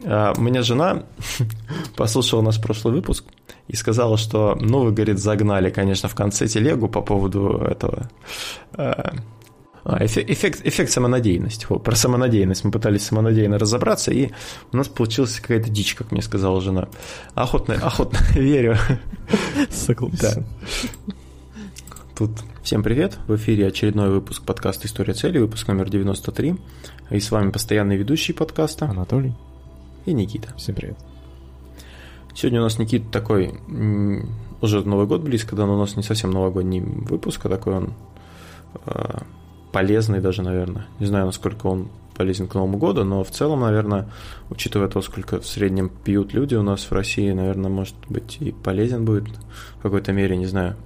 У меня жена послушала наш прошлый выпуск и сказала, что, ну, вы, говорит, загнали, конечно, в конце телегу по поводу этого... Эффект самонадеянности. Про самонадеянность мы пытались самонадеянно разобраться, и у нас получилась какая-то дичь, как мне сказала жена. Охотно верю. Согласен. Да. Тут всем привет. В эфире очередной выпуск подкаста «История цели», выпуск номер 93. И с вами постоянный ведущий подкаста Анатолий и Никита. Всем привет. Сегодня у нас, Никита, такой уже Новый год близко, да, но у нас не совсем новогодний выпуск, а такой он полезный даже, наверное. Не знаю, насколько он полезен к Новому году, но в целом, наверное, учитывая то, сколько в среднем пьют люди у нас в России, наверное, может быть, и полезен будет в какой-то мере, не знаю.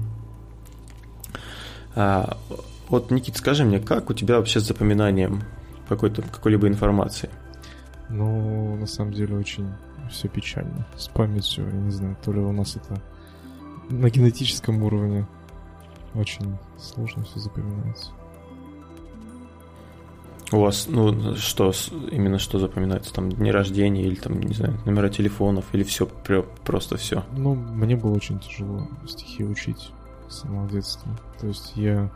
Вот, Никит, скажи мне, как у тебя вообще с запоминанием какой-либо информации? Ну, на самом деле, очень все печально. С памятью, я не знаю, то ли у нас это на генетическом уровне очень сложно все запоминается. У вас, ну, что, именно что запоминается? Там дни рождения или там, не знаю, номера телефонов, или все, просто все? Ну, мне было очень тяжело стихи учить с самого детства. То есть я,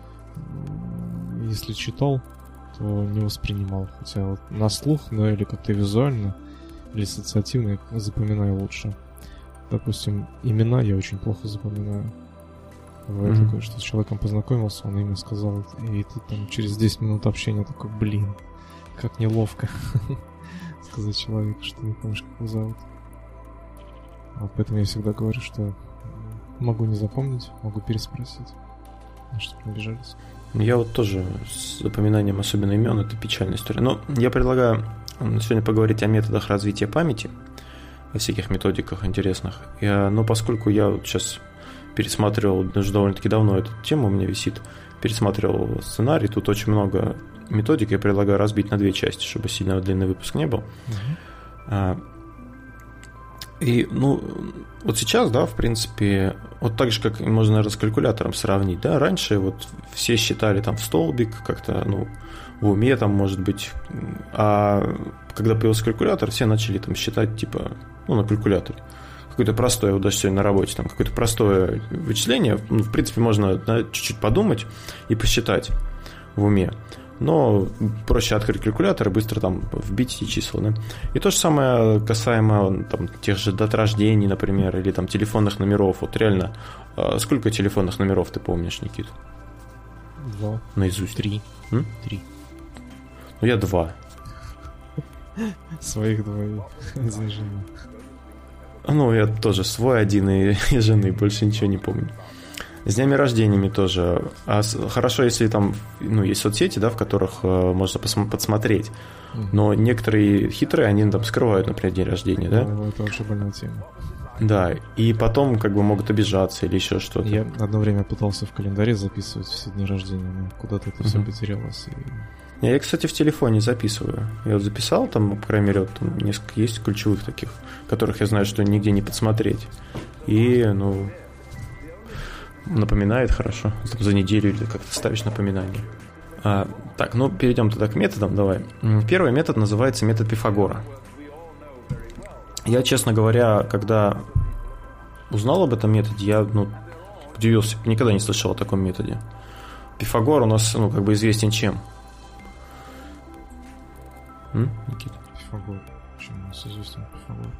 если читал, то не воспринимал. Хотя вот на слух, да, или как-то визуально, или ассоциативно я запоминаю лучше. Допустим, имена я очень плохо запоминаю. Бывает такое, что с человеком познакомился, он имя сказал, и ты там через 10 минут общения такой, блин, как неловко сказать человеку, что не помнишь, как его зовут. Вот поэтому я всегда говорю, что могу не запомнить, могу переспросить, чтобы не обижались. Я вот тоже с запоминанием, особенно имен, это печальная история. Но я предлагаю сегодня поговорить о методах развития памяти, о всяких методиках интересных. Но поскольку я вот сейчас пересматривал уже довольно-таки давно эту тему, у меня висит, пересматривал сценарий, тут очень много методик, я предлагаю разбить на две части, чтобы сильно длинный выпуск не был. И, ну, вот сейчас, да, в принципе, вот так же, как можно, наверное, с калькулятором сравнить, да, раньше вот все считали там в столбик, как-то, ну, в уме там, может быть, а когда появился калькулятор, все начали там считать, типа, ну, на калькуляторе. Какое-то простое, вот даже сегодня на работе, там какое-то простое вычисление, ну, в принципе, можно, да, чуть-чуть подумать и посчитать в уме. Но проще открыть калькулятор и быстро там вбить эти числа, да? И то же самое касаемо там, тех же дат рождений, например, или там телефонных номеров. Вот реально, сколько телефонных номеров ты помнишь, Никит? 2. Наизусть? 3. 3. Ну, я 2. Своих 2 один жены. Ну, я тоже свой один и жены, больше ничего не помню. С днями рождениями тоже. Хорошо, если там, ну, есть соцсети, да, в которых можно подсмотреть. Но некоторые хитрые, они там скрывают, например, день рождения, да? Ну, это вообще больная тема. Да, и потом как бы могут обижаться или еще что-то. Я одно время пытался в календаре записывать все дни рождения, но куда-то это все потерялось. Я, кстати, в телефоне записываю. Я вот записал, там, по крайней мере, вот, там несколько есть ключевых таких, которых я знаю, что нигде не подсмотреть. И, ну, напоминает хорошо. Там, за неделю или как-то ставишь напоминание. Так, ну, перейдем тогда к методам, давай. Первый метод называется метод Пифагора. Я, честно говоря, когда узнал об этом методе, я, ну, удивился, никогда не слышал о таком методе. Пифагор у нас, ну, как бы известен чем? Никита? Пифагор. Почему у нас известен Пифагор?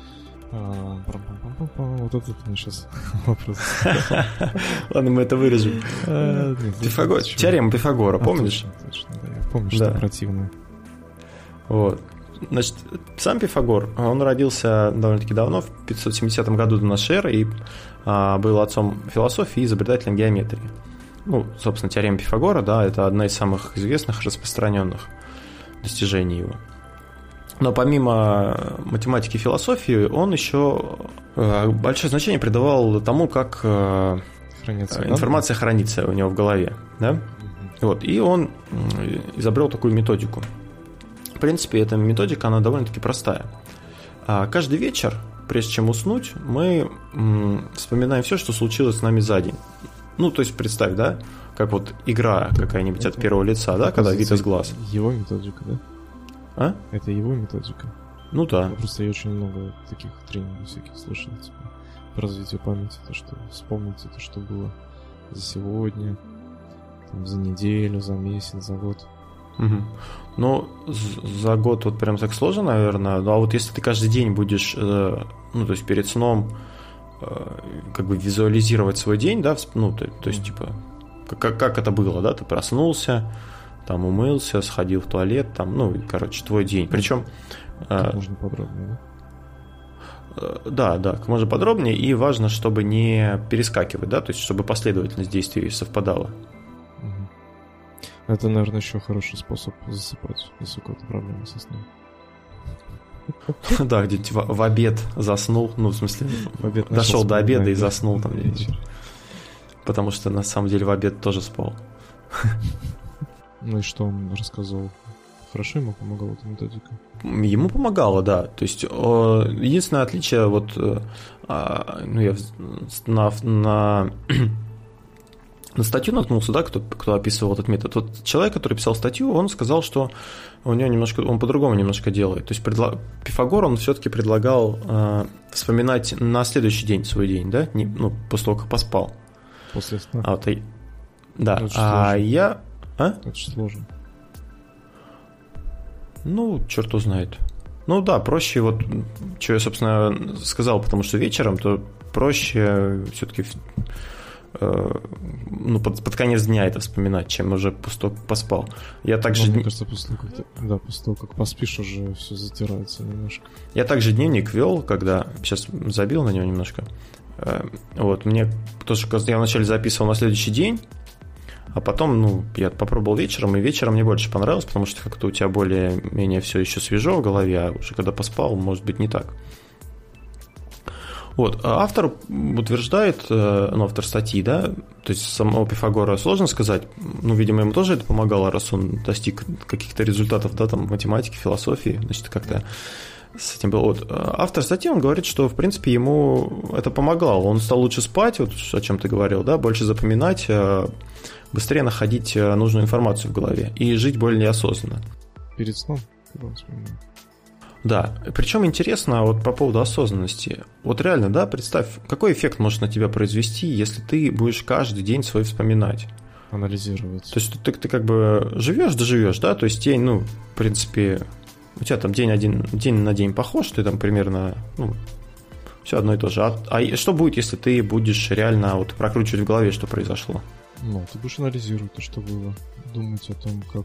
Вот этот мне сейчас вопрос. Ладно, мы это вырежем. Пифагор. Теорема Пифагора, помнишь? Точно, да. Я помню, что противное. Вот. Значит, сам Пифагор, он родился довольно-таки давно, в 570 году до нашей эры, и был отцом философии и изобретателем геометрии. Ну, собственно, теорема Пифагора, да, это одна из самых известных, распространенных достижений его. Но помимо математики и философии, он еще большое значение придавал тому, как информация хранится у него в голове. Да? Вот. И он изобрел такую методику. В принципе, эта методика, она довольно-таки простая. Каждый вечер, прежде чем уснуть, мы вспоминаем все, что случилось с нами за день. Ну, то есть, представь, да, как вот игра какая-нибудь от первого лица, да, когда вид из глаз. Его методика, да? А? Это его методика. Ну да. Просто я очень много таких тренингов всяких слышал, типа, по развитию памяти, то, что вспомните то, что было за сегодня, там, за неделю, за месяц, за год. Угу. Ну, за год вот прям так сложно, наверное. Ну, а вот если ты каждый день будешь, то есть перед сном как бы визуализировать свой день, да, то есть, типа, как это было, да, ты проснулся, там, умылся, сходил в туалет, там, короче, твой день. Причем... Как можно подробнее, да? Да, как можно подробнее, и важно, чтобы не перескакивать, да, то есть, чтобы последовательность действий совпадала. Это, наверное, еще хороший способ засыпать, если у кого-то проблемы со сном. Да, где-нибудь в обед заснул, в смысле, дошел до обеда и заснул там вечер. Потому что на самом деле в обед тоже спал. Ну и что он рассказал? Хорошо ему помогала эта методика? Ему помогало, да. То есть единственное отличие, вот я на статью наткнулся, да, кто описывал этот метод. Вот человек, который писал статью, он сказал, что у него он по-другому немножко делает. То есть Пифагор, он все-таки предлагал вспоминать на следующий день свой день, да, после того, как поспал. После сна. Да. Это сложно. Черт его знает. Да, проще, вот, что я, собственно, сказал, потому что вечером, то проще все-таки под конец дня это вспоминать, чем уже поспал. Я также... Мне кажется, после того, как поспишь, уже все затирается немножко. Я также дневник вел, когда... Сейчас забил на него немножко. Вот, мне тоже... Я вначале записывал на следующий день, а потом, я попробовал вечером, и вечером мне больше понравилось, потому что как-то у тебя более-менее все еще свежо в голове, а уже когда поспал, может быть, не так. Вот, автор утверждает, автор статьи, да, то есть самого Пифагора сложно сказать, видимо, ему тоже это помогало, раз он достиг каких-то результатов, да, там, математики, философии, значит, как-то с этим было. Вот, автор статьи, он говорит, что, в принципе, ему это помогало, он стал лучше спать, вот о чем ты говорил, да, больше запоминать, быстрее находить нужную информацию в голове и жить более осознанно. Перед сном, когда он вспоминает. Да, причем интересно вот по поводу осознанности. Вот реально, да, представь, какой эффект может на тебя произвести, если ты будешь каждый день свой вспоминать. Анализировать. То есть ты как бы живешь, да, то есть день, в принципе, у тебя там день на день похож, ты там примерно, все одно и то же. А что будет, если ты будешь реально вот прокручивать в голове, что произошло? Ты будешь анализировать то, что было, думать о том, как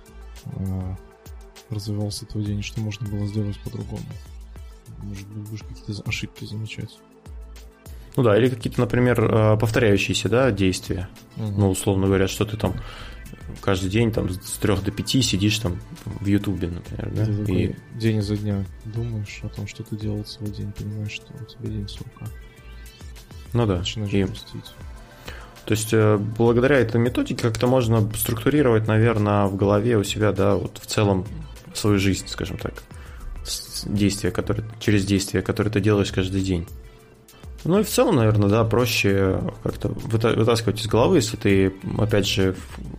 развивался твой день, что можно было сделать по-другому. Может быть, будешь какие-то ошибки замечать. Или какие-то, например, повторяющиеся, да, действия. Угу. Условно говоря, что ты там каждый день там с 3 до 5 сидишь там в Ютубе, например, да? Ты день изо дня думаешь о том, что ты делал свой день, понимаешь, что у тебя день сурка. Да. Начинаешь грустить. То есть, благодаря этой методике как-то можно структурировать, наверное, в голове у себя, да, вот в целом свою жизнь, скажем так, через действия, которые ты делаешь каждый день. И в целом, наверное, да, проще как-то вытаскивать из головы, если ты, опять же,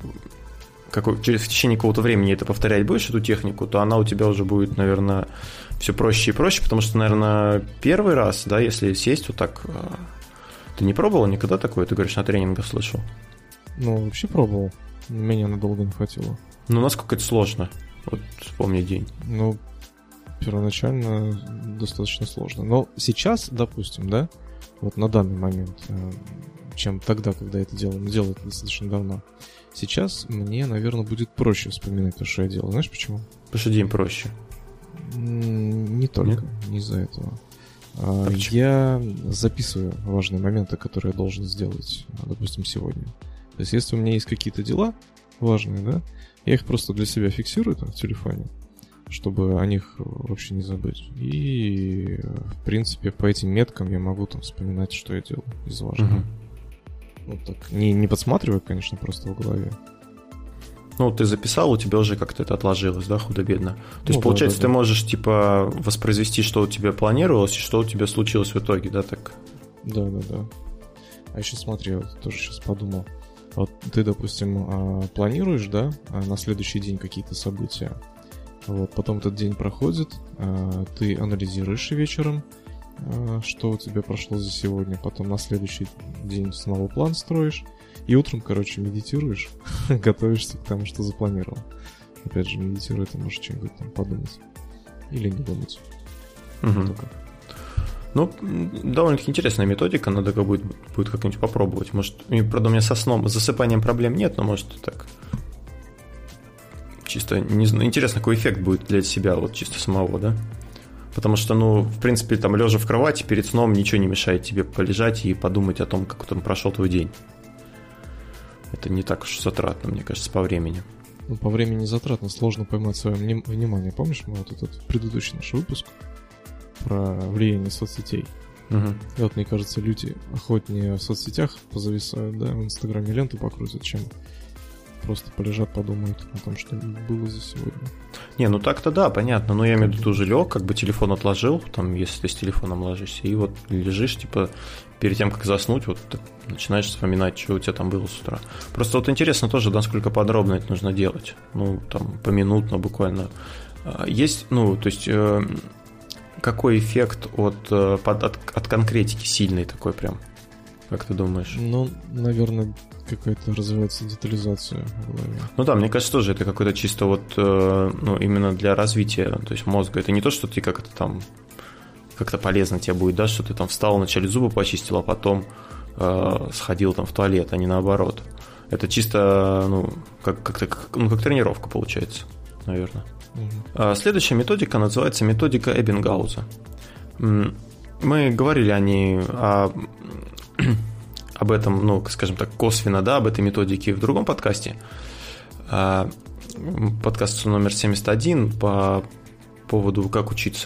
в течение какого-то времени это повторять будешь, эту технику, то она у тебя уже будет, наверное, все проще и проще, потому что, наверное, первый раз, да, если сесть вот так... Ты не пробовал никогда такое? Ты говоришь, на тренингах слышал. Вообще пробовал. Меня надолго не хватило. Насколько это сложно? Вот вспомни день. Первоначально достаточно сложно. Но сейчас, допустим, да, вот на данный момент, чем тогда, когда я это делал, делал это достаточно давно. Сейчас мне, наверное, будет проще вспоминать то, что я делал. Знаешь почему? Потому что день проще. Не только, не из-за этого. Я записываю важные моменты, которые я должен сделать, допустим, сегодня. То есть, если у меня есть какие-то дела важные, да, я их просто для себя фиксирую там в телефоне, чтобы о них вообще не забыть. И, в принципе, по этим меткам я могу там вспоминать, что я делал из важного. Угу. Вот так. Не подсматривая, конечно, просто в голове. Ты записал, у тебя уже как-то это отложилось, да, худо-бедно. То есть, получается, ты можешь, воспроизвести, что у тебя планировалось, и что у тебя случилось в итоге, да, так? Да. А еще смотри, я тоже сейчас подумал. Вот ты, допустим, планируешь, да, на следующий день какие-то события, Вот, потом этот день проходит, ты анализируешь вечером, что у тебя прошло за сегодня, потом на следующий день снова план строишь, и утром, медитируешь, готовишься к тому, что запланировал. Опять же, медитируя, ты можешь что-нибудь там подумать. Или не думать. Ну, довольно-таки интересная методика, надо будет как-нибудь попробовать. Может, правда, у меня со сном, с засыпанием проблем нет, но может так. Чисто, не знаю, интересно, какой эффект будет для себя, вот чисто самого, да? Потому что, в принципе, там, лежа в кровати, перед сном ничего не мешает тебе полежать и подумать о том, как там прошел твой день. Это не так уж затратно, мне кажется, по времени. По времени затратно, сложно поймать свое внимание. Помнишь, мы вот этот предыдущий наш выпуск про влияние соцсетей? И вот, мне кажется, люди охотнее в соцсетях позависают, да, в Инстаграме ленту покрутят, чем просто полежат, подумают о том, что было за сегодня. Не, так-то да, понятно. Но я имею в виду, ты уже лег, телефон отложил, там, если ты с телефоном ложишься, и вот лежишь, перед тем, как заснуть, вот ты начинаешь вспоминать, что у тебя там было с утра. Просто вот интересно тоже, насколько подробно это нужно делать. Там, поминутно буквально. Есть, то есть, какой эффект от конкретики сильный такой прям? Как ты думаешь? Наверное, какая-то развивается детализация в голове. Да, мне кажется, тоже это какой-то чисто именно для развития, то есть мозга. Это не то, что ты как-то полезно тебе будет, да, что ты там встал, вначале зубы почистил, а потом сходил там в туалет, а не наоборот. Это чисто, как тренировка получается, наверное. Следующая методика называется методика Эббингауза. Мы говорили об этом, скажем так, косвенно, да, об этой методике в другом подкасте. Подкаст номер 71 по поводу «Как учиться».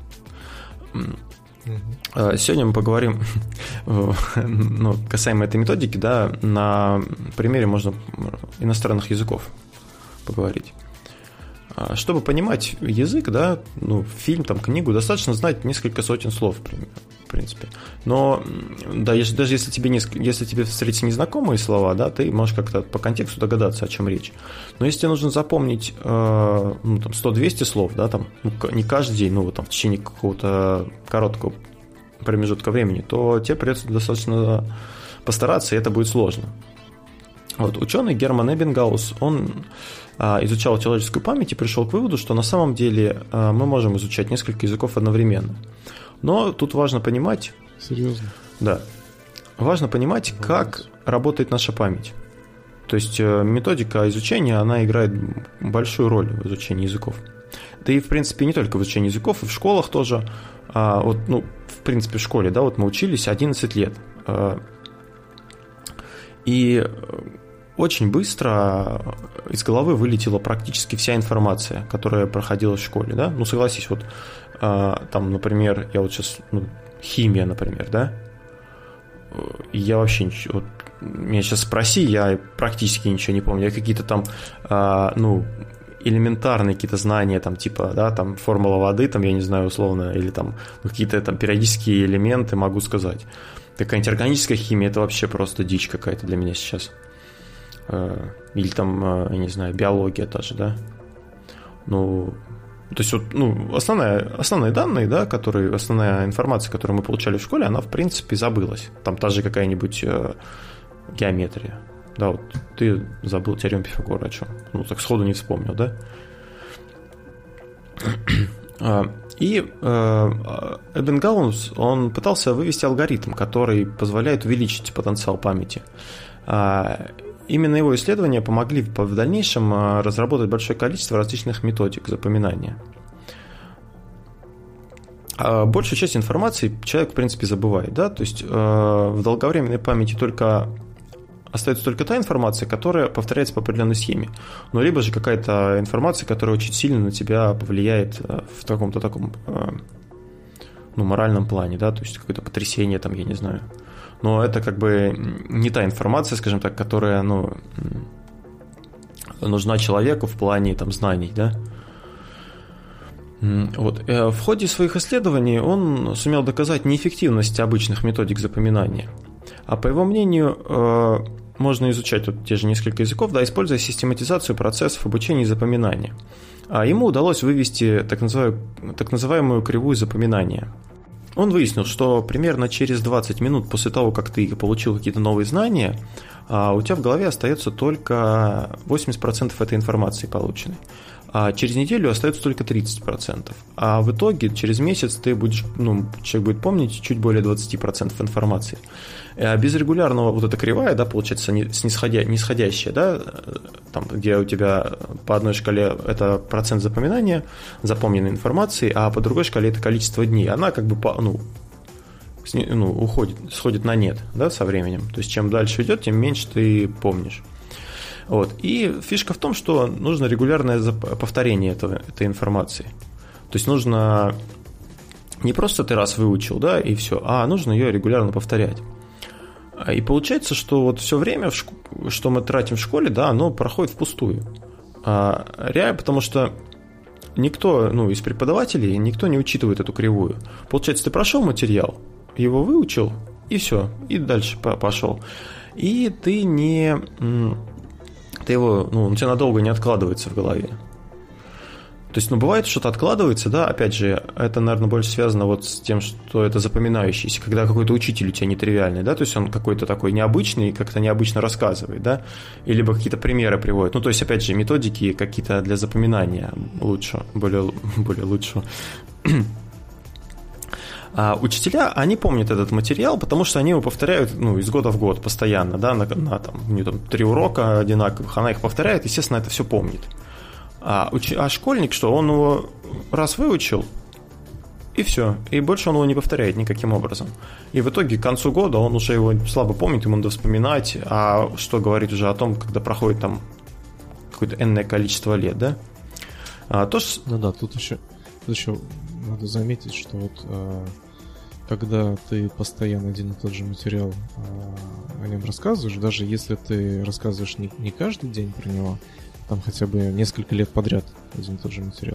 Сегодня мы поговорим касаемо этой методики, да, на примере можно иностранных языков поговорить. Чтобы понимать язык, да, фильм, там, книгу, достаточно знать несколько сотен слов, в принципе. Но, да, даже если тебе встретятся незнакомые слова, да, ты можешь как-то по контексту догадаться, о чем речь. Но если тебе нужно запомнить 100-200 слов, да, там, не каждый день, там, в течение какого-то короткого промежутка времени, то тебе придется достаточно постараться, и это будет сложно. Вот, ученый Герман Эббингаус, он изучал человеческую память и пришел к выводу, что на самом деле мы можем изучать несколько языков одновременно. Но тут важно понимать... Серьезно? Да. Важно понимать, как работает наша память. То есть методика изучения, она играет большую роль в изучении языков. Да и, в принципе, не только в изучении языков, и в школах тоже. В принципе, в школе, да, вот мы учились 11 лет. И очень быстро из головы вылетела практически вся информация, которая проходила в школе, да. Согласись, вот там, например, я вот сейчас, химия, например, да. Я вообще ничего, вот, меня сейчас спроси, я практически ничего не помню. Я какие-то там, элементарные какие-то знания, там, типа, да, там, формула воды, там, я не знаю, условно, или там какие-то там периодические элементы могу сказать. Какая-нибудь органическая химия, это вообще просто дичь какая-то для меня сейчас. Или там, я не знаю, биология даже, да. То есть вот, основные данные, да, основная информация, которую мы получали в школе, она, в принципе, забылась. Там та же какая-нибудь геометрия. Да, вот ты забыл теорему Пифагора о чем? Так сходу не вспомнил, да? И Эббингаус, он пытался вывести алгоритм, который позволяет увеличить потенциал памяти. Именно его исследования помогли в дальнейшем разработать большое количество различных методик запоминания. Большую часть информации человек, в принципе, забывает, да? То есть в долговременной памяти остается только та информация, которая повторяется по определенной схеме. Либо же какая-то информация, которая очень сильно на тебя повлияет в каком-то таком моральном плане, да, то есть какое-то потрясение, там, я не знаю. Но это как бы не та информация, скажем так, которая, нужна человеку в плане там знаний, да. Вот. В ходе своих исследований он сумел доказать неэффективность обычных методик запоминания. А по его мнению, можно изучать те же несколько языков, да, используя систематизацию процессов обучения и запоминания. ему удалось вывести так называемую кривую запоминания. Он выяснил, что примерно через 20 минут после того, как ты получил какие-то новые знания, у тебя в голове остается только 80% этой информации полученной. А через неделю остается только 30%. А в итоге через месяц ты будешь, человек будет помнить чуть более 20% информации. Без регулярного вот эта кривая, да, получается, нисходящая, да, там, где у тебя по одной шкале это процент запоминания, запомненной информации, а по другой шкале это количество дней. Она как бы сходит на нет, да, со временем. То есть чем дальше идет, тем меньше ты помнишь. Вот. И фишка в том, что нужно регулярное повторение этой информации. То есть нужно не просто ты раз выучил, да, и все, а нужно ее регулярно повторять. И получается, что вот все время, что мы тратим в школе, да, оно проходит впустую. Реально, потому что никто, из преподавателей, никто не учитывает эту кривую. Получается, ты прошел материал, его выучил, и все, и дальше пошел. И ты его, у тебя надолго не откладывается в голове. То есть, бывает, что-то откладывается, да, опять же, это, наверное, больше связано вот с тем, что это запоминающееся, когда какой-то учитель у тебя нетривиальный, да, то есть он какой-то такой необычный, как-то необычно рассказывает, да, и либо какие-то примеры приводит, то есть, опять же, методики какие-то для запоминания более лучше. А учителя, они помнят этот материал, потому что они его повторяют, из года в год постоянно, да, у них 3 урока одинаковых, она их повторяет, естественно, это все помнит. А школьник, что он его раз выучил, и все, и больше он его не повторяет никаким образом. И в итоге к концу года он уже его слабо помнит, ему надо вспоминать, а что говорить уже о том, когда проходит там какое-то энное количество лет, да? Тут еще надо заметить, что вот когда ты постоянно один и тот же материал о нем рассказываешь, даже если ты рассказываешь не каждый день про него, там хотя бы несколько лет подряд один и тот же материал,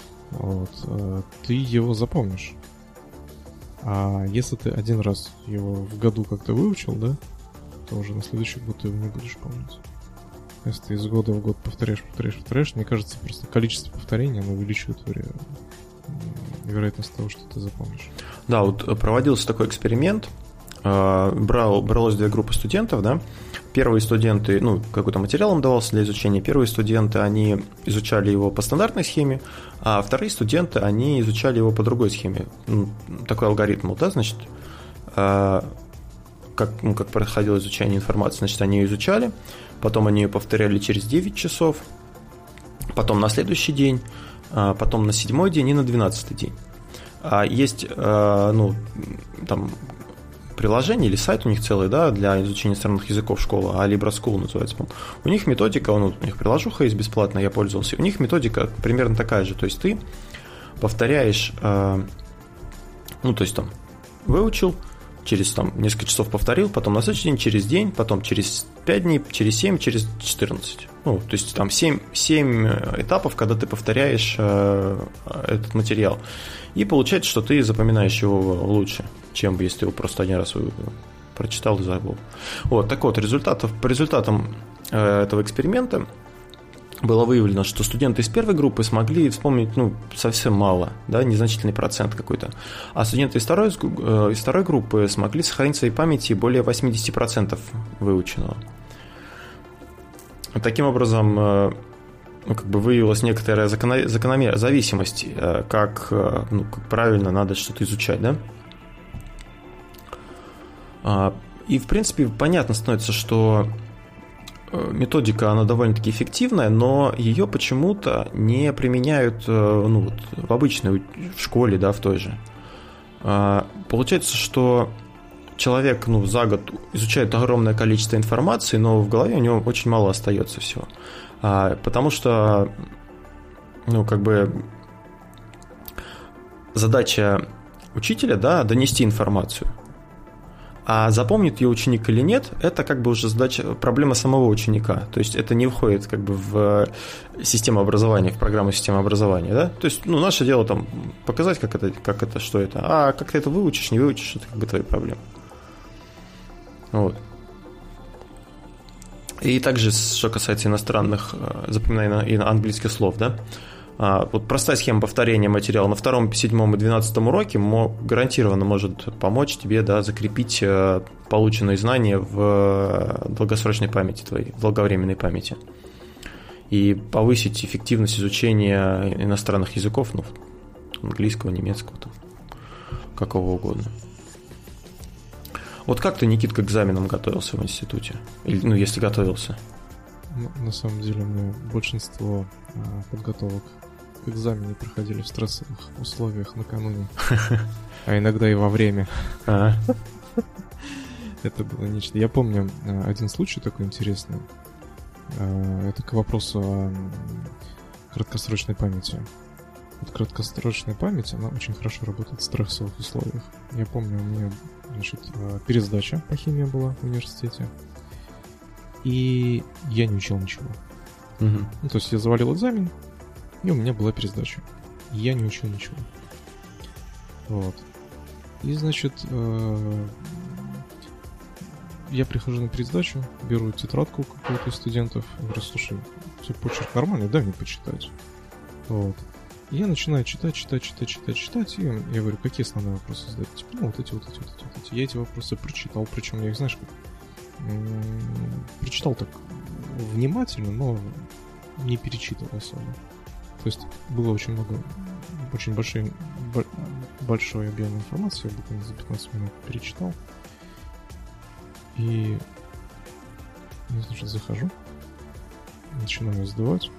ты его запомнишь. А если ты один раз его в году как-то выучил, да, то уже на следующий год ты его не будешь помнить. Если ты из года в год повторяешь, мне кажется, просто количество повторений оно увеличивает вероятность того, что ты запомнишь. Да, вот проводился такой эксперимент. Бралось 2 группы студентов, да. Первые студенты, какой-то материал им давался для изучения. Первые студенты, они изучали его по стандартной схеме, а вторые студенты, они изучали его по другой схеме. Такой алгоритм, да, значит, как происходило изучение информации. Значит, они ее изучали, потом они ее повторяли через 9 часов, потом на следующий день, потом на 7-й день и на 12-й день. Есть, там, приложение или сайт у них целый, да, для изучения иностранных языков школа, Libra School называется, по-моему. У них методика, у них приложуха есть бесплатная, я пользовался, у них методика примерно такая же, то есть ты повторяешь, то есть там выучил, через несколько часов повторил, потом на следующий день, потом через 5 дней, через 7, через 14. То есть там 7 этапов, когда ты повторяешь этот материал. И получается, что ты запоминаешь его лучше, чем если ты его просто один раз прочитал и забыл. Так вот, по результатам этого эксперимента было выявлено, что студенты из первой группы смогли вспомнить, совсем мало, да, незначительный процент какой-то, а студенты из второй группы смогли сохранить в своей памяти более 80% выученного. Таким образом, выявилась некоторая зависимость, как правильно надо что-то изучать, да. И, в принципе, понятно становится, что методика, она довольно-таки эффективная, но ее почему-то не применяют в обычной в школе, да, в той же. Получается, что человек за год изучает огромное количество информации, но в голове у него очень мало остается всего. Потому что задача учителя, да, донести информацию. А запомнит ее ученик или нет, это уже проблема самого ученика. То есть это не входит в систему образования, в программу системы образования, да? То есть, наше дело показать, как это, что это. А как ты это выучишь, не выучишь, это твои проблемы. И также, что касается иностранных, запоминания английских слов, да? вот простая схема повторения материала на 2, 7 и 12 уроке гарантированно может помочь тебе, да, закрепить полученные знания в долгосрочной памяти твоей, в долговременной памяти. И повысить эффективность изучения иностранных языков, ну, английского, немецкого, там, какого угодно. Вот как ты, Никит, к экзаменам готовился в институте? Или, ну, если готовился? На самом деле, у меня большинство подготовок к экзамену проходили в стрессовых условиях накануне, а иногда и во время. Это было нечто. Я помню один случай такой интересный. Это к вопросу о краткосрочной памяти. Вот краткосрочная память, она очень хорошо работает в стрессовых условиях. Я помню, у меня, значит, пересдача по химии была в университете, и я не учил ничего. Ну, то есть я завалил экзамен, и у меня была пересдача. И я не учил ничего. Вот. И, значит, я прихожу на пересдачу, беру тетрадку какую-то из студентов, говорю: слушай, все, почерк нормальный, дай мне почитать. Вот. И я начинаю читать, и я говорю: какие основные вопросы задать? Типа, ну, вот эти. Я эти вопросы прочитал, причем я их, знаешь, как прочитал так внимательно, но не перечитывал особо. То есть было очень много, очень большой объем информации, я буквально за 15 минут перечитал. И я, значит, захожу, начинаю сдавать,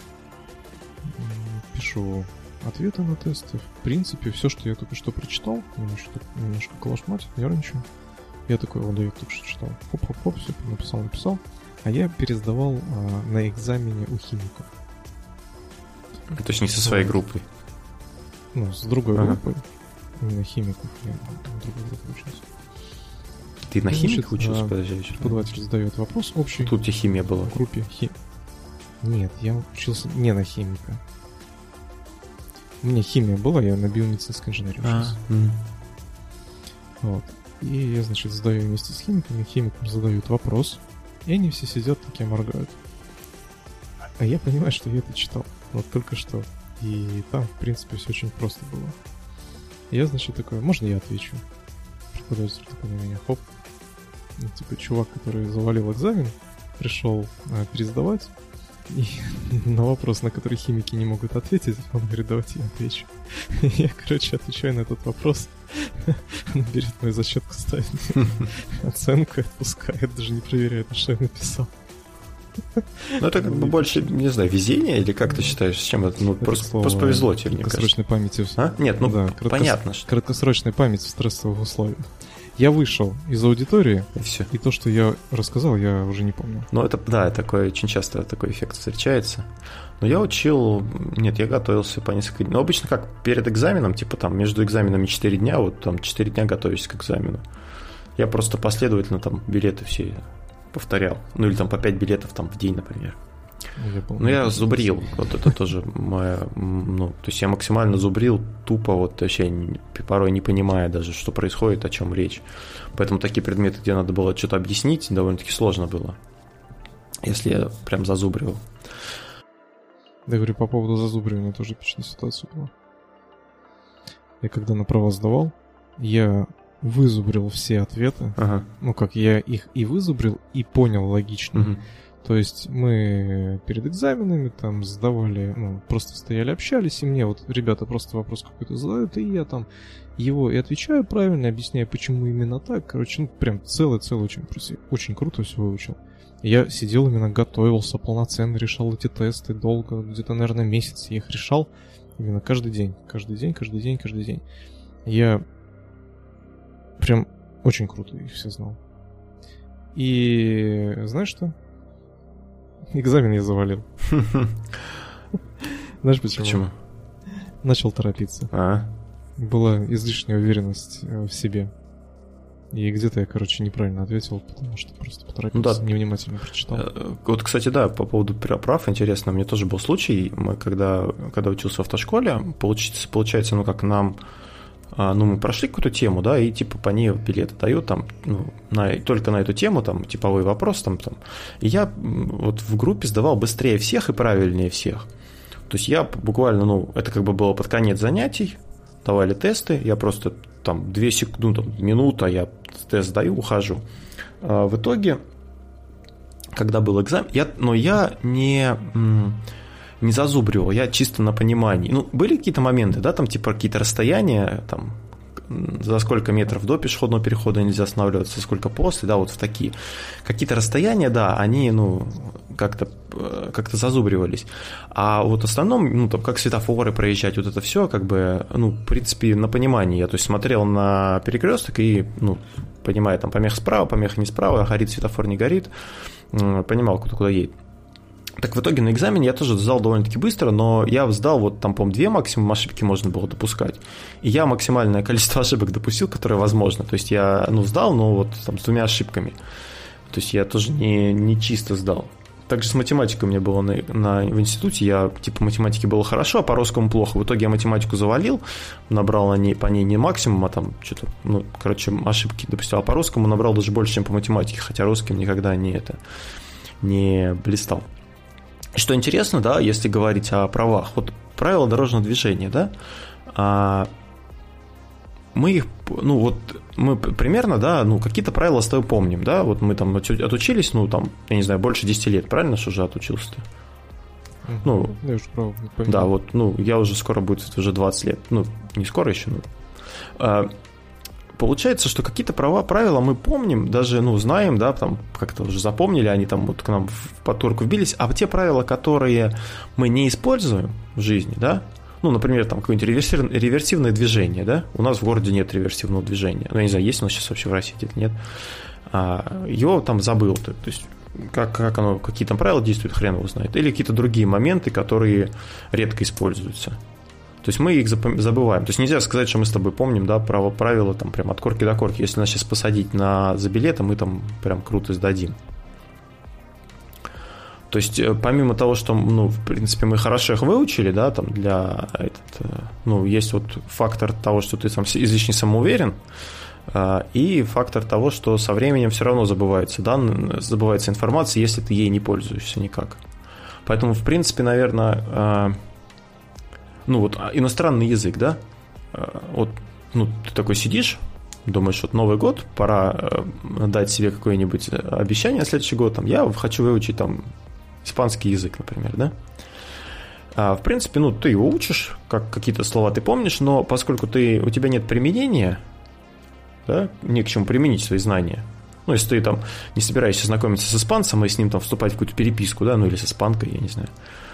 пишу ответы на тесты. В принципе, все, что я только что прочитал, немножко колошматит, нервничаю. Я такой: вот, я только что читал. Хоп-хоп-хоп, все, написал. А я пересдавал на экзамене у химиков. То есть не со своей группой? Ну, с другой группой. Именно химиков. Я в другой группе учился. Ты на химик учился? Подожди. Преподаватель задает вопрос общий. Тут у тебя химия была? В группе Нет, я учился не на химика. У меня химия была, я на биомедицинской инженерии учился. Вот. И я, значит, задаю вместе с химиками, химикам задают вопрос, и они все сидят такие, моргают. А я понимаю, что я это читал, вот только что. И там, в принципе, все очень просто было. Я, значит, такой: можно я отвечу? Преподаватель такой на меня: хоп. Ну, типа, чувак, который завалил экзамен, пришел пересдавать, и на вопрос, на который химики не могут ответить, он говорит: давайте я отвечу. Я, короче, отвечаю на этот вопрос. Он берет мою зачетку, ставит оценку, отпускает, даже не проверяет, что я написал. Ну, это как бы больше, не знаю, везение, или как ты считаешь, с чем это? Ну, это просто повезло тебе, мне кажется. Краткосрочной памяти. Нет, ну, да, понятно. Краткосрочная память в стрессовых условиях. Я вышел из аудитории, и то, что я рассказал, я уже не помню. Ну, это, да, такое, очень часто такой эффект встречается. Но я учил... Нет, я готовился по несколько дней. Но обычно как перед экзаменом, типа там между экзаменами 4 дня, вот там 4 дня готовишься к экзамену. Я просто последовательно там билеты все повторял. Ну, или там по 5 билетов там в день, например. Ну, я зубрил. Вот это тоже моя... Ну, то есть я максимально зубрил тупо, вот вообще порой не понимая даже, что происходит, о чем речь. Поэтому такие предметы, где надо было что-то объяснить, довольно-таки сложно было, если я прям зазубривал. Да, говорю, по поводу зазубривания тоже эпичная ситуация была. Я когда на права сдавал, я вызубрил все ответы. Ага. Ну, как я их и вызубрил, и понял логично. Угу. То есть мы перед экзаменами там сдавали, ну, просто стояли, общались, и мне вот ребята просто вопрос какой-то задают, и я там его и отвечаю правильно, объясняю, почему именно так. Короче, ну, прям целый очень круто все выучил. Я сидел именно, готовился полноценно, решал эти тесты долго, где-то, наверное, месяц я их решал. Именно каждый день. Я прям очень круто их все знал. И знаешь что? Экзамен я завалил. Знаешь почему? Начал торопиться. Была излишняя уверенность в себе. И где-то я, короче, неправильно ответил, потому что просто поторопился, невнимательно прочитал. Вот, кстати, да, по поводу прав, интересно, у меня тоже был случай, мы когда учился в автошколе, получается, ну, как нам, ну, мы прошли какую-то тему, да, и, типа, по ней билеты дают, там, ну, только на эту тему, там, типовой вопрос, там, и я вот в группе сдавал быстрее всех и правильнее всех. То есть я буквально, это как бы было под конец занятий, давали тесты, я просто там 2 секунды, минута, я тест даю, ухожу. В итоге, когда был экзамен, я не зазубривал, я чисто на понимании. Были какие-то моменты, да, там типа какие-то расстояния, там, за сколько метров до пешеходного перехода нельзя останавливаться, сколько после, да, вот в такие. Какие-то расстояния, да, они, как-то зазубривались. А вот в основном, там, как светофоры проезжать, вот это все, как бы, в принципе, на понимании. Я, то есть, смотрел на перекресток и, понимаю, там, помеха справа, помеха не справа, горит светофор, не горит, понимал, куда едет. Так в итоге на экзамене я тоже сдал довольно-таки быстро, но я сдал, вот там, по-моему, 2 максимум ошибки можно было допускать. И я максимальное количество ошибок допустил, которое возможно. То есть я, сдал, но вот там с 2 ошибками. То есть я тоже не чисто сдал. Также с математикой у меня было в институте, я типа математике было хорошо, а по русскому плохо. В итоге я математику завалил, набрал по ней не максимум, а там что-то, ошибки допустил. А по русскому набрал даже больше, чем по математике, хотя русским никогда не блистал. Что интересно, да, если говорить о правах, вот правила дорожного движения, да, мы их, мы примерно, да, какие-то правила с тобой помним, да, вот мы там отучились, я не знаю, больше 10 лет, правильно, что уже отучился-то? Я уже право не помню. Да, вот, я уже скоро будет уже 20 лет, не скоро еще, Получается, что какие-то правила мы помним, даже, знаем, да, там как-то уже запомнили, они там вот к нам в подтурку вбились, а те правила, которые мы не используем в жизни, да, например, там какое-нибудь реверсивное движение, да, у нас в городе нет реверсивного движения, я не знаю, есть у нас сейчас вообще в России где-то, нет, его там забыл, то есть как оно, какие там правила действуют, хрен его знает, или какие-то другие моменты, которые редко используются. То есть мы их забываем. То есть нельзя сказать, что мы с тобой помним, да, правила там прям от корки до корки. Если нас сейчас посадить за билеты, мы там прям круто сдадим. То есть помимо того, что, в принципе, мы хорошо их выучили, да, там есть вот фактор того, что ты сам излишне самоуверен, и фактор того, что со временем все равно забывается информация, если ты ей не пользуешься никак. Поэтому, в принципе, наверное... иностранный язык, да, ты такой сидишь, думаешь, вот Новый год, пора дать себе какое-нибудь обещание на следующий год, там, я хочу выучить, там, испанский язык, например, да. В принципе, ты его учишь, какие-то слова ты помнишь, но поскольку у тебя нет применения, да, не к чему применить свои знания, если ты там не собираешься знакомиться с испанцем и с ним там вступать в какую-то переписку, да, или с испанкой, я не знаю,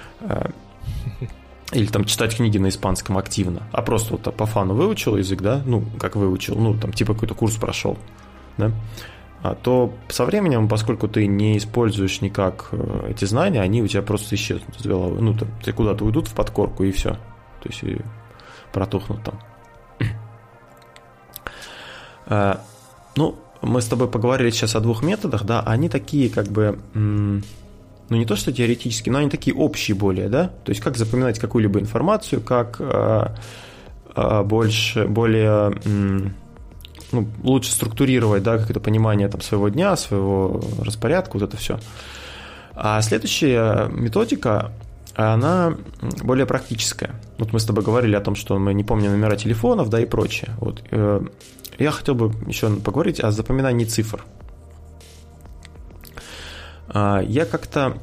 или там читать книги на испанском активно, а просто вот по фану выучил язык, да, как выучил, там типа какой-то курс прошел, да, то со временем, поскольку ты не используешь никак эти знания, они у тебя просто исчезнут из головы, ты куда-то уйдут в подкорку и все, то есть и протухнут там. Мы с тобой поговорили сейчас о 2 методах, да, они такие как бы... не то что теоретические, но они такие общие более, да? То есть как запоминать какую-либо информацию, как лучше структурировать, да, какое-то понимание там своего дня, своего распорядка, вот это все. А следующая методика, она более практическая. Вот мы с тобой говорили о том, что мы не помним номера телефонов, да, и прочее. Вот. Я хотел бы еще поговорить о запоминании цифр. Я как-то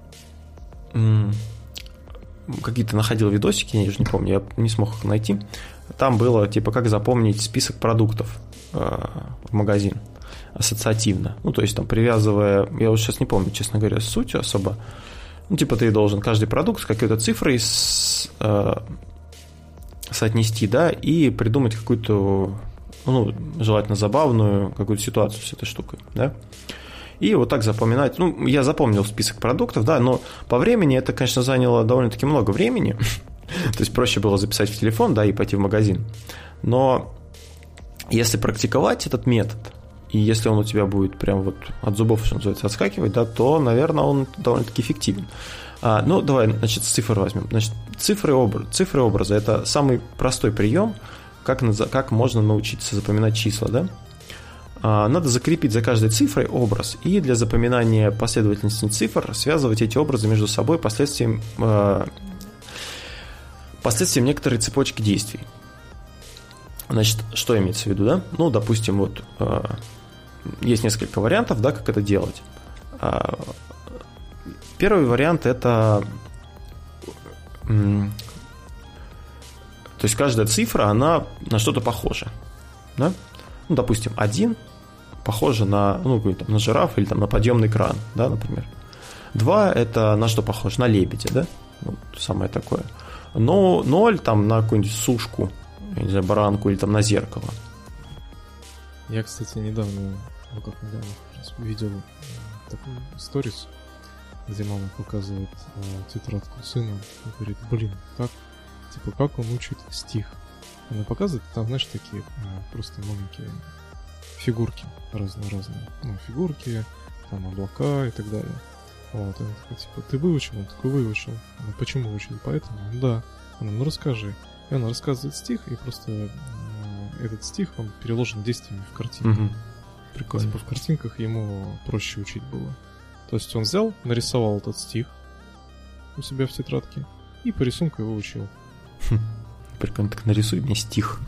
какие-то находил видосики, я уже не помню, я не смог их найти. Там было, типа, как запомнить список продуктов в магазин ассоциативно. То есть, там, привязывая, я уже сейчас не помню, честно говоря, суть особо. Типа, ты должен каждый продукт с какой-то цифрой соотнести, да, и придумать какую-то, желательно забавную какую-то ситуацию с этой штукой, да. И вот так запоминать. Я запомнил список продуктов, да, но по времени это, конечно, заняло довольно-таки много времени. То есть проще было записать в телефон, да, и пойти в магазин. Но если практиковать этот метод, и если он у тебя будет прям вот от зубов, что называется, отскакивать, да, то, наверное, он довольно-таки эффективен. Давай, значит, с цифр возьмем. Значит, цифры образа – это самый простой прием, как можно научиться запоминать числа, да. Надо закрепить за каждой цифрой образ, и для запоминания последовательности цифр связывать эти образы между собой последствием последствиям некоторой цепочки действий. Значит, что имеется в виду, да? Ну, допустим, вот есть несколько вариантов, да, как это делать. Первый вариант – это… То есть каждая цифра, она на что-то похожа. Да? Ну, допустим, 1 похоже на, на жираф или там, на подъемный кран, да, например. 2 – это на что похоже? На лебедя, да? Вот самое такое. Но 0 там на какую-нибудь сушку, я не знаю, баранку или там на зеркало. Я, кстати, недавно видел такой сторис, где мама показывает тетрадку сына и говорит, как он учит стих. Она показывает, там, знаешь, такие просто маленькие фигурки разные. Ну, фигурки, там облака и так далее. Вот, она такая, ты выучил? Он такой, выучил. Она, почему выучил? Поэтому? Да. Она, расскажи. И она рассказывает стих, и просто этот стих, он переложен действиями в картинку. Угу. Прикольно. В картинках ему проще учить было. То есть он взял, нарисовал этот стих у себя в тетрадке и по рисунку его учил. Прикольно, так нарисуй мне стих.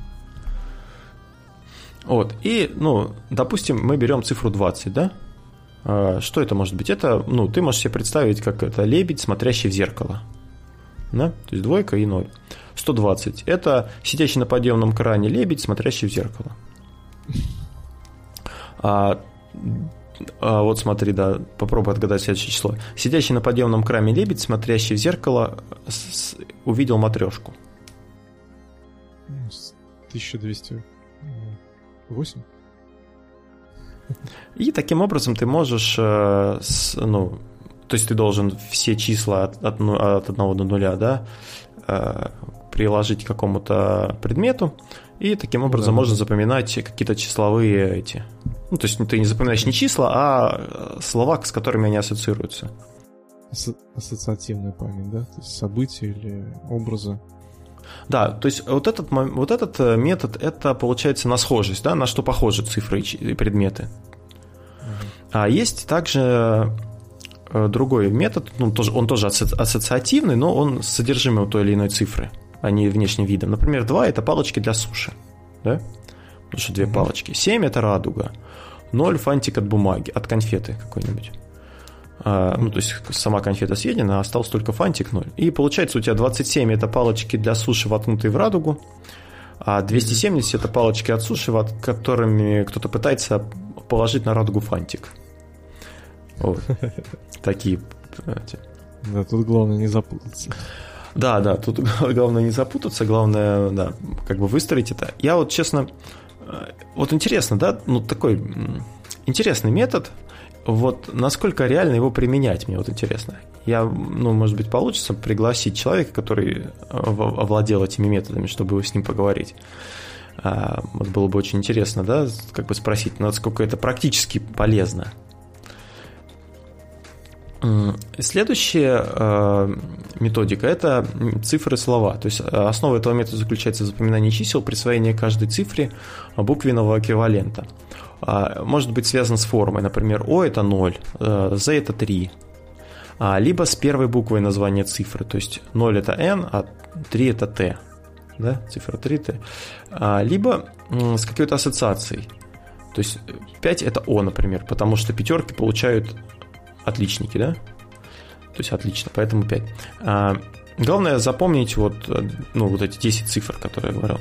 Вот, и, допустим, мы берем цифру 20, да? Что это может быть? Это, ты можешь себе представить, как это лебедь, смотрящий в зеркало. Да? То есть 2 и 0. 120 – это сидящий на подъемном кране лебедь, смотрящий в зеркало. Вот смотри, да, попробуй отгадать следующее число. Сидящий на подъемном кране лебедь, смотрящий в зеркало, увидел матрешку. 1208. И таким образом ты можешь, то есть ты должен все числа от 1 до 0, да, приложить к какому-то предмету, и таким образом можно запоминать какие-то числовые эти. То есть ты не запоминаешь не числа, а слова, с которыми они ассоциируются. Ассоциативная память, да? То есть события или образы. Да, то есть вот этот метод, это получается на схожесть, да, на что похожи цифры и предметы. А есть также другой метод, он тоже ассоциативный, но он с содержимым той или иной цифры, а не внешним видом. Например, 2 – это палочки для суши, да? Потому что 2 палочки. 7 – это радуга. 0 – фантик от бумаги, от конфеты какой-нибудь. То есть сама конфета съедена, а остался только фантик 0. И получается у тебя 27 – это палочки для суши, воткнутые в радугу, а 270 – это палочки от суши, которыми кто-то пытается положить на радугу фантик. Вот. Такие. Да, тут главное не запутаться. Да, тут главное не запутаться, главное, да, как бы выстроить это. Я вот, честно, вот интересно, да, такой интересный метод. Вот насколько реально его применять, мне вот интересно. Может быть, получится пригласить человека, который овладел этими методами, чтобы с ним поговорить. Вот было бы очень интересно, да, как бы спросить, насколько это практически полезно. Следующая методика – это цифры слова. То есть основа этого метода заключается в запоминании чисел, присвоении каждой цифре буквенного эквивалента. Может быть связан с формой, например, О – это 0, З – это 3, либо с первой буквой названия цифры, то есть 0 – это N, а 3 – это Т, да? Цифра 3 – Т, либо с какой-то ассоциацией, то есть 5 – это О, например, потому что пятерки получают отличники, да? То есть отлично, поэтому 5. Главное запомнить вот эти 10 цифр, которые я говорил.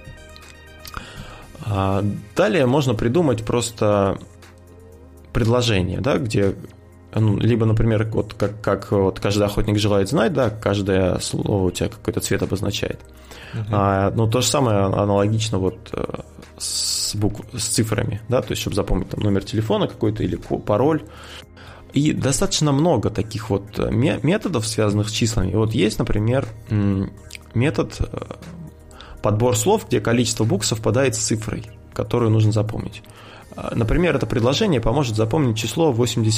Далее можно придумать просто предложение, да, где, либо, например, вот как вот каждый охотник желает знать, да, каждое слово у тебя какой-то цвет обозначает. То же самое аналогично вот с цифрами, да, то есть чтобы запомнить там номер телефона какой-то или пароль. И достаточно много таких вот методов, связанных с числами. И вот есть, например, метод подбор слов, где количество букв совпадает с цифрой, которую нужно запомнить. Например, это предложение поможет запомнить число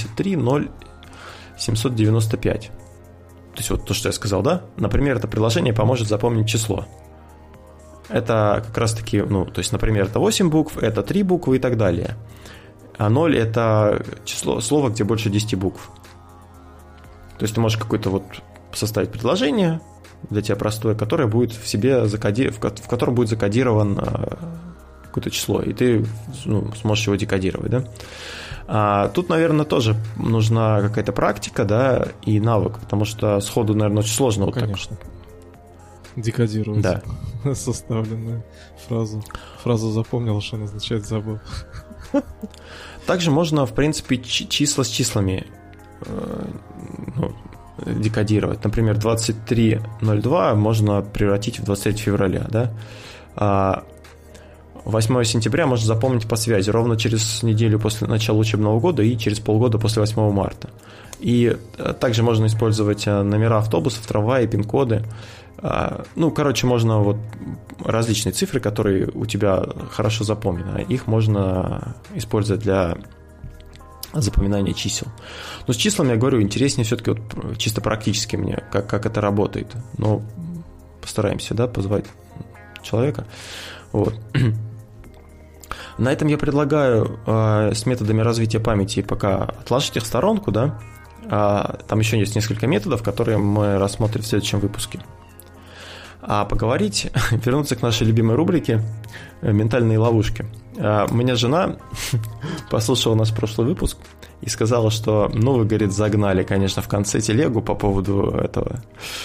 8300795. То есть вот то, что я сказал, да? Например, это предложение поможет запомнить число. Это как раз-таки, то есть, например, это 8 букв, это 3 буквы и так далее. А 0 – это слово, где больше 10 букв. То есть ты можешь какое-то вот составить предложение, для тебя простое, которое будет в себе в котором будет закодирован какое-то число, и ты сможешь его декодировать, да? Тут, наверное, тоже нужна какая-то практика, да, и навык, потому что сходу, наверное, очень сложно вот конечно. Декодировать составленную фразу. Фразу запомнил, что она означает забыл. Также можно, в принципе, числа с числами декодировать. Например, 23.02 можно превратить в 23 февраля, да? 8 сентября можно запомнить по связи ровно через неделю после начала учебного года и через полгода после 8 марта. И также можно использовать номера автобусов, трамваи, пин-коды. Можно вот различные цифры, которые у тебя хорошо запомнены, их можно использовать для запоминания чисел. Но с числами, я говорю, интереснее все-таки вот чисто практически мне, как это работает. Но постараемся, да, позвать человека. Вот. На этом я предлагаю с методами развития памяти пока отложить их в сторонку, да. Там еще есть несколько методов, которые мы рассмотрим в следующем выпуске. А поговорить, вернуться к нашей любимой рубрике «Ментальные ловушки». У меня жена послушала наш прошлый выпуск и сказала, что, вы, говорит, загнали, конечно, в конце телегу по поводу этого...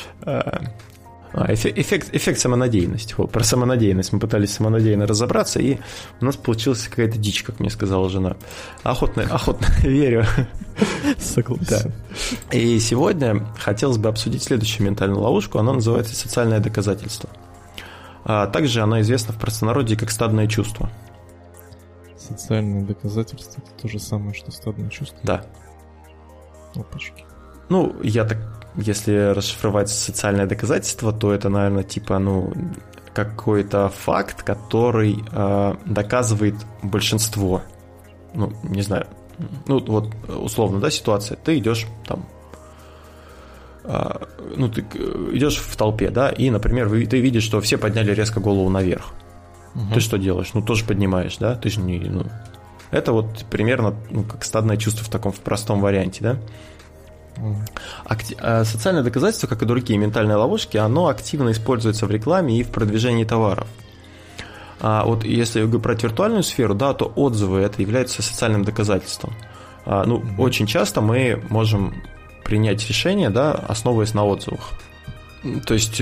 Эффект самонадеянности. Вот, про самонадеянность. Мы пытались самонадеянно разобраться, и у нас получилась какая-то дичь, как мне сказала жена. Охотно верю. Согласен. Да. И сегодня хотелось бы обсудить следующую ментальную ловушку. Она называется «социальное доказательство». Также она известна в простонародье как «стадное чувство». Социальное доказательство – это то же самое, что стадное чувство? Да. Опачки. Если расшифровать социальное доказательство, то это, наверное, какой-то факт, который доказывает большинство. Не знаю. Вот условно, да, ситуация. Ты идешь там, ты идешь в толпе, да, и, например, ты видишь, что все подняли резко голову наверх. Угу. Ты что делаешь? Тоже поднимаешь, да? Ты же не... Это вот примерно как стадное чувство в простом варианте, да? Социальное доказательство, как и другие ментальные ловушки, оно активно используется в рекламе и в продвижении товаров. Вот если я говорю про виртуальную сферу, да, то отзывы это является социальным доказательством. Очень часто мы можем принять решение, да, основываясь на отзывах. То есть,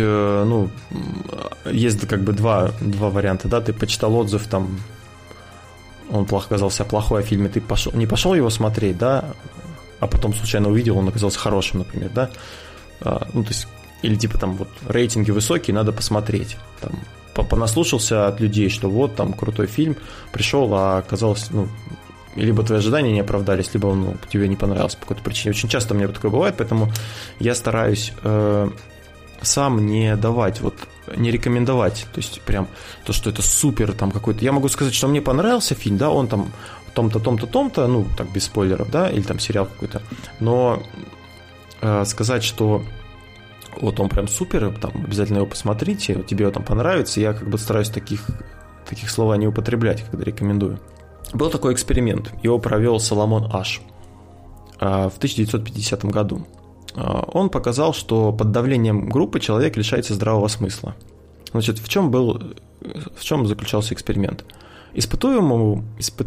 есть как бы два варианта, да, ты почитал отзыв, там, он оказался плохой о фильме, ты не пошел его смотреть, да, а потом случайно увидел, он оказался хорошим, например, да, то есть, или рейтинги высокие, надо посмотреть, там, понаслушался от людей, что вот, там, крутой фильм, пришел, а оказалось, либо твои ожидания не оправдались, либо он тебе не понравился по какой-то причине. Очень часто у меня такое бывает, поэтому я стараюсь сам не давать, не рекомендовать, то есть прям то, что это супер, там какой-то. Я могу сказать, что мне понравился фильм, да, он там том-то, том-то, том-то, так без спойлеров, да, или там сериал какой-то, но сказать, что вот он прям супер, там обязательно его посмотрите, тебе там понравится, я как бы стараюсь таких слов не употреблять, когда рекомендую. Был такой эксперимент, его провел Соломон Аш в 1950 году. Он показал, что под давлением группы человек лишается здравого смысла. Значит, в чем заключался эксперимент? Испытуемому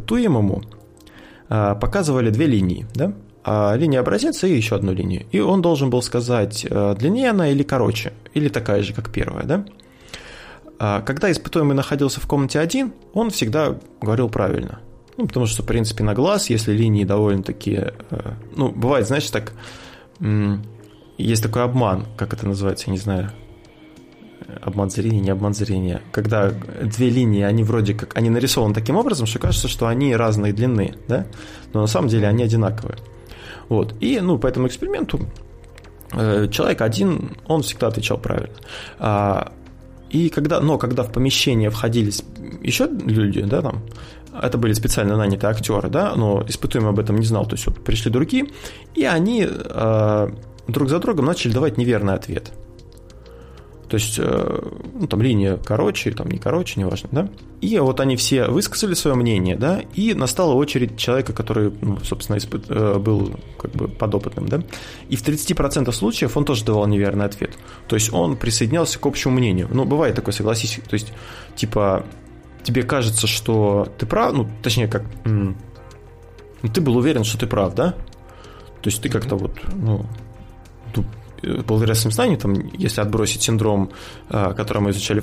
показывали две линии, да? Линия образец и еще одну линию. И он должен был сказать, длиннее она или короче, или такая же, как первая, да? Когда испытуемый находился в комнате один, он всегда говорил правильно. Потому что, в принципе, на глаз, если линии довольно-таки... бывает, знаешь, так... Есть такой обман, как это называется, я не знаю... Обман зрения, не обман зрения. Когда две линии, они вроде как... Они нарисованы таким образом, что кажется, что они разной длины, да? Но на самом деле они одинаковые. Вот. И, по этому эксперименту человек один, он всегда отвечал правильно. И когда в помещение входили еще люди, да, там, это были специально нанятые актеры, да, но испытуемый об этом не знал, то есть вот пришли другие, и они друг за другом начали давать неверный ответ. То есть, ну, там линия короче, там не короче, неважно, да. И вот они все высказали свое мнение, да, и настала очередь человека, который, ну, собственно, был как бы подопытным, да. И в 30% случаев он тоже давал неверный ответ. То есть он присоединялся к общему мнению. Ну, бывает такое, согласись. То есть, типа, тебе кажется, что ты прав, ну, точнее, как... ты был уверен, что ты прав, да? То есть ты как-то вот, ну, благодаря своим знаниям, там, если отбросить синдром, который мы изучали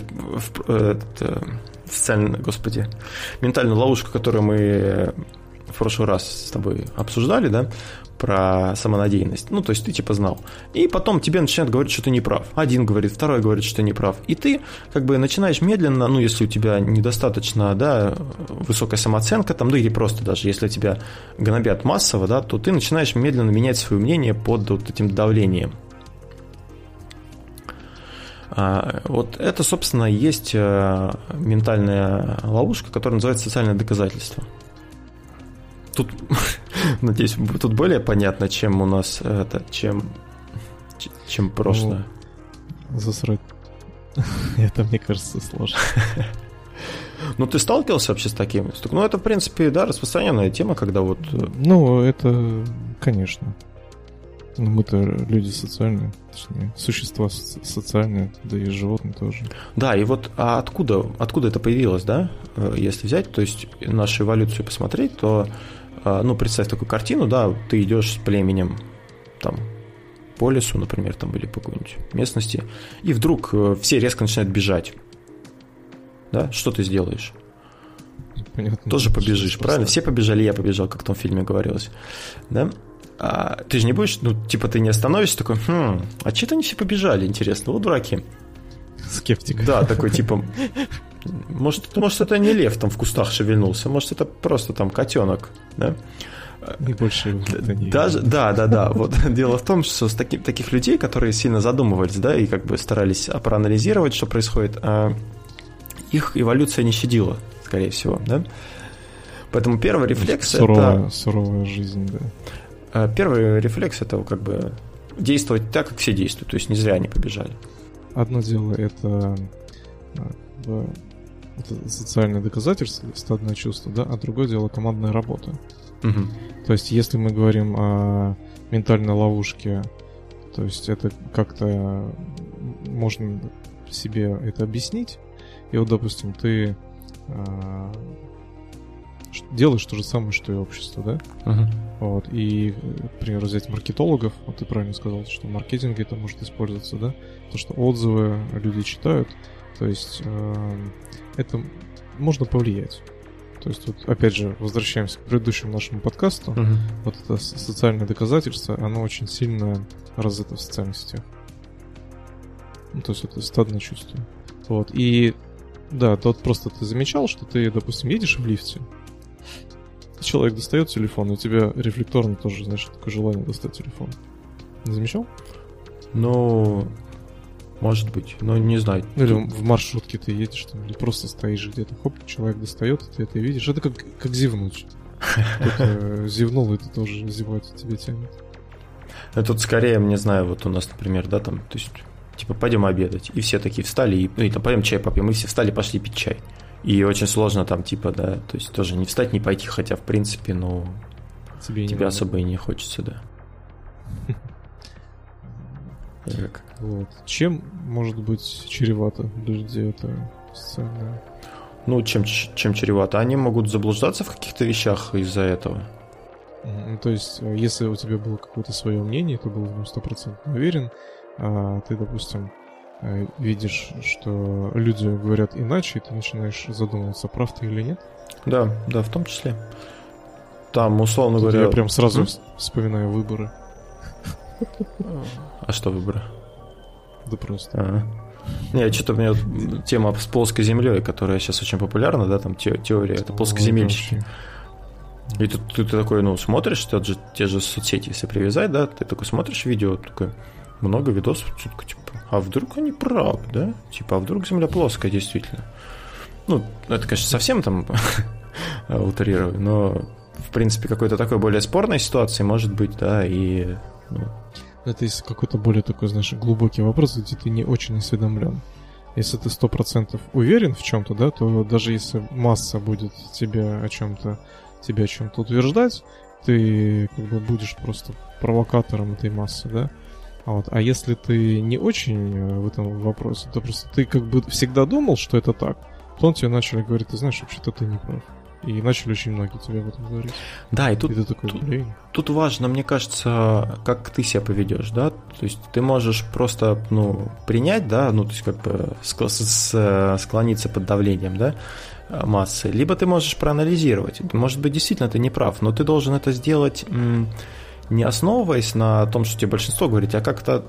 ментальную ловушку, которую мы в прошлый раз с тобой обсуждали, да, про самонадеянность. Ну, то есть ты типа знал. И потом тебе начинают говорить, что ты не прав. Один говорит, второй говорит, что ты не прав. И ты как бы начинаешь медленно, ну, если у тебя недостаточно, да, высокая самооценка, там, да, или просто даже если тебя гнобят массово, да, то ты начинаешь медленно менять свое мнение под вот этим давлением. Вот это, собственно, и есть ментальная ловушка, которая называется социальное доказательство. Тут, надеюсь, тут более понятно, чем у нас это, чем прошлое. Ну, засрать. Это, мне кажется, сложно. Ну, ты сталкивался вообще с таким? Ну, это, в принципе, да, распространенная тема, когда вот... Ну, это, конечно. Мы-то люди социальные, точнее, существа социальные, да и животные тоже. Да, и вот откуда это появилось, да? Если взять, то есть нашу эволюцию посмотреть, то, ну, представь такую картину, да, ты идешь с племенем, там, по лесу, например, там, или по какой-нибудь местности, и вдруг все резко начинают бежать. Да? Что ты сделаешь? Понятно. Тоже побежишь, правильно? Все побежали, я побежал, как в том фильме говорилось. Да? Ты же не будешь, ну, типа, ты не остановишься, такой, а че-то они все побежали, интересно, вот дураки. Скептик. Да, такой, типа, может, это не лев там в кустах шевельнулся, может, это просто там котенок, да? И больше это не даже, да. Вот дело в том, что с таких людей, которые сильно задумывались, да, и как бы старались проанализировать, что происходит, их эволюция не щадила, скорее всего, да? Поэтому первый рефлекс суровая жизнь, да. Первый рефлекс – это как бы действовать так, как все действуют, то есть не зря они побежали. Одно дело – это социальное доказательство, стадное чувство, да, а другое дело – командная работа. Угу. То есть если мы говорим о ментальной ловушке, то есть это как-то можно себе это объяснить, и вот, допустим, ты делаешь то же самое, что и общество, да? Uh-huh. Вот. И, например, взять маркетологов, вот ты правильно сказал, что в маркетинге это может использоваться, да? То, что отзывы люди читают, то есть это можно повлиять. То есть, вот, опять же, возвращаемся к предыдущему нашему подкасту. Uh-huh. Вот это социальное доказательство, оно очень сильно развито в социальных сетях. Ну, то есть это стадное чувство. Вот. И да, тут просто ты замечал, что ты, допустим, едешь в лифте, человек достает телефон, и у тебя рефлекторно тоже, значит, такое желание достать телефон. Не замечал? Ну, может быть, но не знаю. Или в маршрутке ты едешь, там, или просто стоишь где-то, хоп, человек достает, и ты это видишь. Это как зевнуть. Кто-то зевнул, и ты тоже зевать тебя тянет. Тут скорее, не знаю, вот у нас, например, да, там, то есть, типа, пойдем обедать, и все такие встали, и там, пойдем чай попьем, и все встали, пошли пить чай. И очень сложно там, типа, да, то есть тоже не встать, не пойти, хотя, в принципе, ну, тебе особо и не хочется, да. Вот. Чем может быть чревато для людей это социальное? Ну, чем чревато? Они могут заблуждаться в каких-то вещах из-за этого. То есть, если у тебя было какое-то свое мнение, ты был в нем 100% уверен, а ты, допустим, видишь, что люди говорят иначе, и ты начинаешь задумываться, прав ты или нет? Да, в том числе. Там, условно говоря... Я прям сразу вспоминаю выборы. А что выборы? Да просто. Не, что-то у меня вот тема с плоской землей, которая сейчас очень популярна, да, там теория, это плоскоземельщики. И тут ты такой, ну, смотришь, те же соцсети, если привязать, да, ты такой смотришь видео, такой, много видосов, типа, а вдруг они правы, да? Типа, а вдруг Земля плоская, действительно. Ну, это, конечно, совсем там утрирую, но, в принципе, какой-то такой более спорной ситуации может быть, да, и... Это если какой-то более такой, знаешь, глубокий вопрос, где ты не очень осведомлен. Если ты 100% уверен в чем-то, да, то даже если масса будет тебя о чем-то утверждать, ты как бы будешь просто провокатором этой массы, да. Вот. А если ты не очень в этом вопросе, то просто ты как бы всегда думал, что это так, то он тебе начали говорить, ты знаешь, вообще-то ты не прав. И начали очень многие тебе об этом говорить. Да, и тут, и ты такой, тут важно, мне кажется, как ты себя поведешь, да, то есть ты можешь просто, принять, да, то есть как бы склониться под давлением, да, массы, либо ты можешь проанализировать, может быть, действительно ты не прав, но ты должен это сделать не основываясь на том, что тебе большинство говорит, а как-то,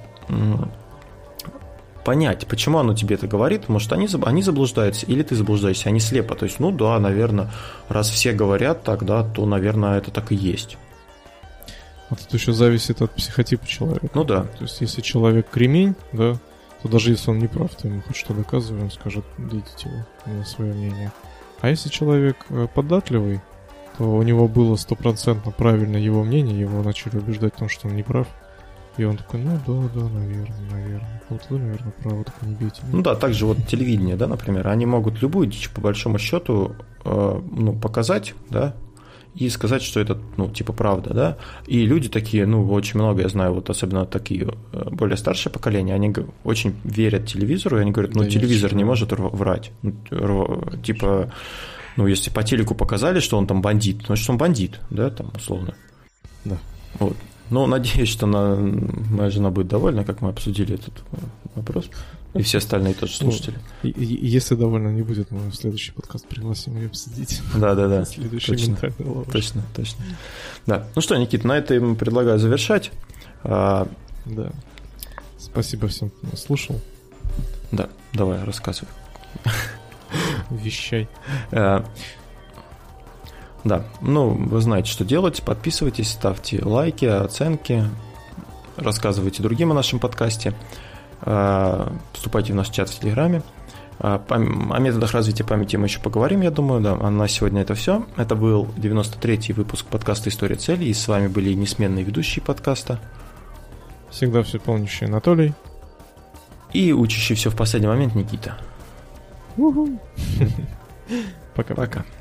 понять, почему оно тебе это говорит, может, они заблуждаются, или ты заблуждаешься, они слепо, то есть, да, наверное, раз все говорят так, да, то, наверное, это так и есть. А тут еще зависит от психотипа человека. Ну да. То есть, если человек кремень, да, то даже если он не прав, то ему хоть что доказывает, он скажет, идите вы, на свое мнение. А если человек податливый, то у него было 100% правильно его мнение, его начали убеждать в том, что он не прав. И он такой, да, наверное. Вот вы, наверное, правы, так не бейте. Ну да, также вот телевидение, да, например, они могут любую дичь, по большому счету, показать, да, и сказать, что это, типа, правда, да. И люди такие, очень много, я знаю, вот особенно такие более старшее поколение, они очень верят телевизору, и они говорят, телевизор не может врать. Типа, если по телеку показали, что он там бандит, значит, он бандит, да, там, условно. Да. Вот. Надеюсь, что моя жена будет довольна, как мы обсудили этот вопрос. И все остальные тоже слушатели. Если довольна не будет, мы в следующий подкаст пригласим ее обсудить. Да. Следующий ментальный ловушка. Точно. Да. Ну что, Никит, на этом предлагаю завершать. Да. Спасибо всем, кто нас слушал. Да, давай, рассказывай. Вещай. Да, вы знаете, что делать. Подписывайтесь, ставьте лайки, оценки, рассказывайте другим о нашем подкасте, вступайте в наш чат в Телеграме. О методах развития памяти мы еще поговорим, я думаю, да. А на сегодня это все. Это был 93-й выпуск подкаста «История целей», и с вами были несменные ведущие подкаста. Всегда все помнящий Анатолий. И учащий все в последний момент Никита. Пока-пока.